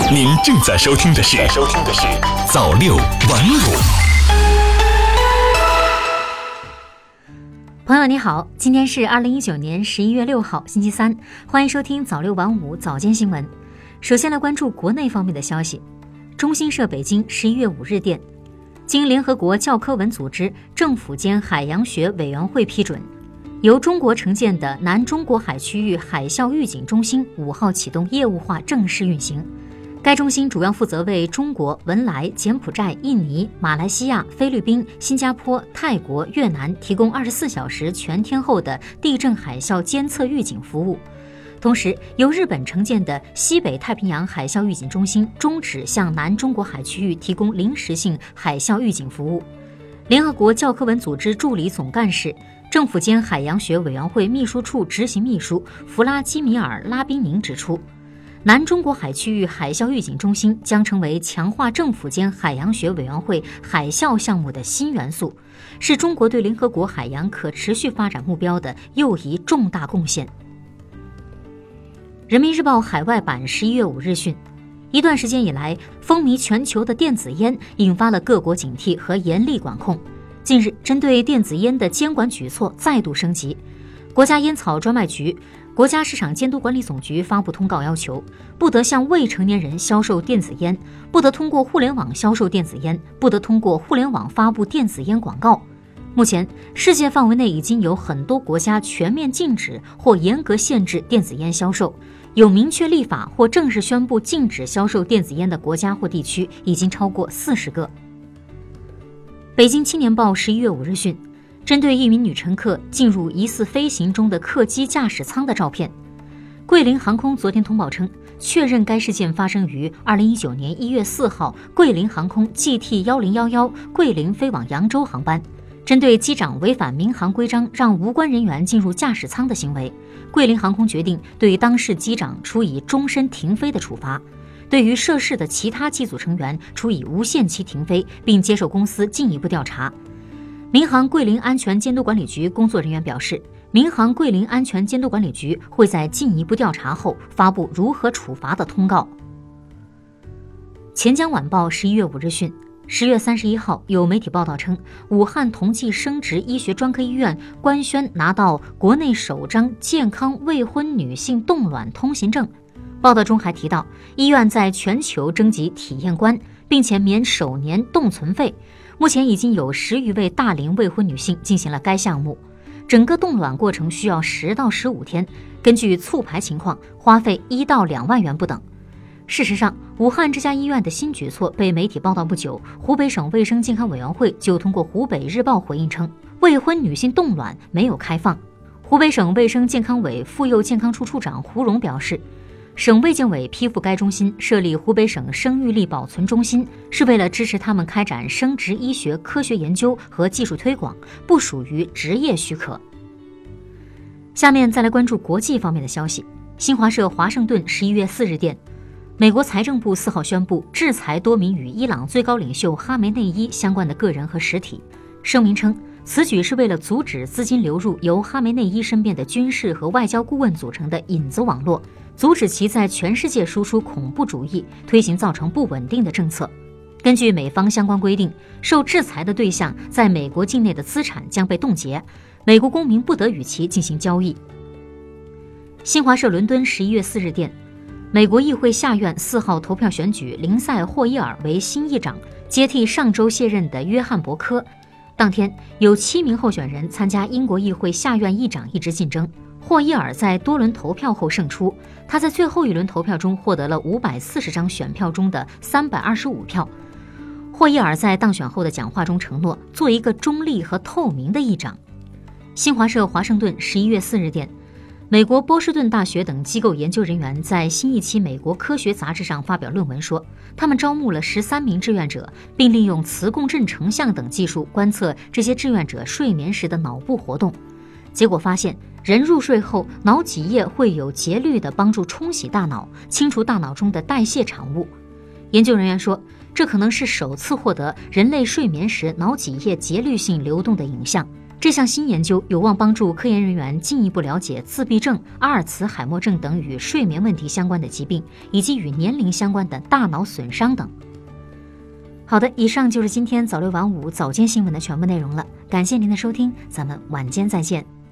您正在收听的是早六晚五。 朋友你好，今天是2019年11月6号星期三，欢迎收听早六晚五早间新闻。首先来关注国内方面的消息。中新社北京11月5日电，经联合国教科文组织政府间海洋学委员会批准，由中国承建的南中国海区域海啸预警中心5号启动业务化正式运行。该中心主要负责为中国、文莱、柬埔寨、印尼、马来西亚、菲律宾、新加坡、泰国、越南提供24小时全天候的地震海啸监测预警服务。同时，由日本承建的西北太平洋海啸预警中心终止向南中国海区域提供临时性海啸预警服务。联合国教科文组织助理总干事、政府间海洋学委员会秘书处执行秘书弗拉基米尔·拉宾宁指出，南中国海区域海啸预警中心将成为强化政府间海洋学委员会海啸项目的新元素，是中国对联合国海洋可持续发展目标的又一重大贡献。人民日报海外版11月5日讯，一段时间以来，风靡全球的电子烟引发了各国警惕和严厉管控。近日，针对电子烟的监管举措再度升级，国家烟草专卖局、国家市场监督管理总局发布通告，要求不得向未成年人销售电子烟，不得通过互联网销售电子烟，不得通过互联网发布电子烟广告。目前，世界范围内已经有很多国家全面禁止或严格限制电子烟销售，有明确立法或正式宣布禁止销售电子烟的国家或地区已经超过40个。北京青年报11月5日讯，针对一名女乘客进入疑似飞行中的客机驾驶舱的照片，桂林航空昨天通报称，确认该事件发生于2019年1月4号桂林航空 GT1011 桂林飞往扬州航班。针对机长违反民航规章让无关人员进入驾驶舱的行为，桂林航空决定对当事机长处以终身停飞的处罚，对于涉事的其他机组成员处以无限期停飞，并接受公司进一步调查。民航桂林安全监督管理局工作人员表示，民航桂林安全监督管理局会在进一步调查后发布如何处罚的通告。钱江晚报11月5日讯，10月31号，有媒体报道称，武汉同济生殖医学专科医院官宣拿到国内首张健康未婚女性冻卵通行证。报道中还提到，医院在全球征集体验官，并且免首年冻存费。目前已经有10余位大龄未婚女性进行了该项目，整个冻卵过程需要10到15天，根据促排情况，花费1到2万元不等。事实上，武汉这家医院的新举措被媒体报道不久，湖北省卫生健康委员会就通过湖北日报回应称，未婚女性冻卵没有开放。湖北省卫生健康委妇幼健康处处长胡荣表示，省卫健委批复该中心设立湖北省生育力保存中心，是为了支持他们开展生殖医学科学研究和技术推广，不属于职业许可。下面再来关注国际方面的消息。新华社华盛顿11月4日电，美国财政部4号宣布制裁多名与伊朗最高领袖哈梅内伊相关的个人和实体。声明称，此举是为了阻止资金流入由哈梅内伊身边的军事和外交顾问组成的引子网络，阻止其在全世界输出恐怖主义，推行造成不稳定的政策。根据美方相关规定，受制裁的对象在美国境内的资产将被冻结，美国公民不得与其进行交易。新华社伦敦11月4日电，美国议会下院4号投票选举林赛·霍伊尔为新议长，接替上周卸任的约翰·伯科。当天，有7名候选人参加英国议会下院议长一职竞争。霍伊尔在多轮投票后胜出，他在最后一轮投票中获得了540张选票中的325票。霍伊尔在当选后的讲话中承诺做一个中立和透明的议长。新华社华盛顿11月4日电，美国波士顿大学等机构研究人员在新一期美国科学杂志上发表论文说，他们招募了13名志愿者，并利用磁共振成像等技术观测这些志愿者睡眠时的脑部活动。结果发现，人入睡后，脑脊液会有节律地帮助冲洗大脑，清除大脑中的代谢产物。研究人员说，这可能是首次获得人类睡眠时脑脊液节律性流动的影像。 这项新研究有望帮助科研人员进一步了解自闭症、阿尔茨海默症等与睡眠问题相关的疾病，以及与年龄相关的大脑损伤等。好的，以上就是今天早六晚五早间新闻的全部内容了，感谢您的收听，咱们晚间再见。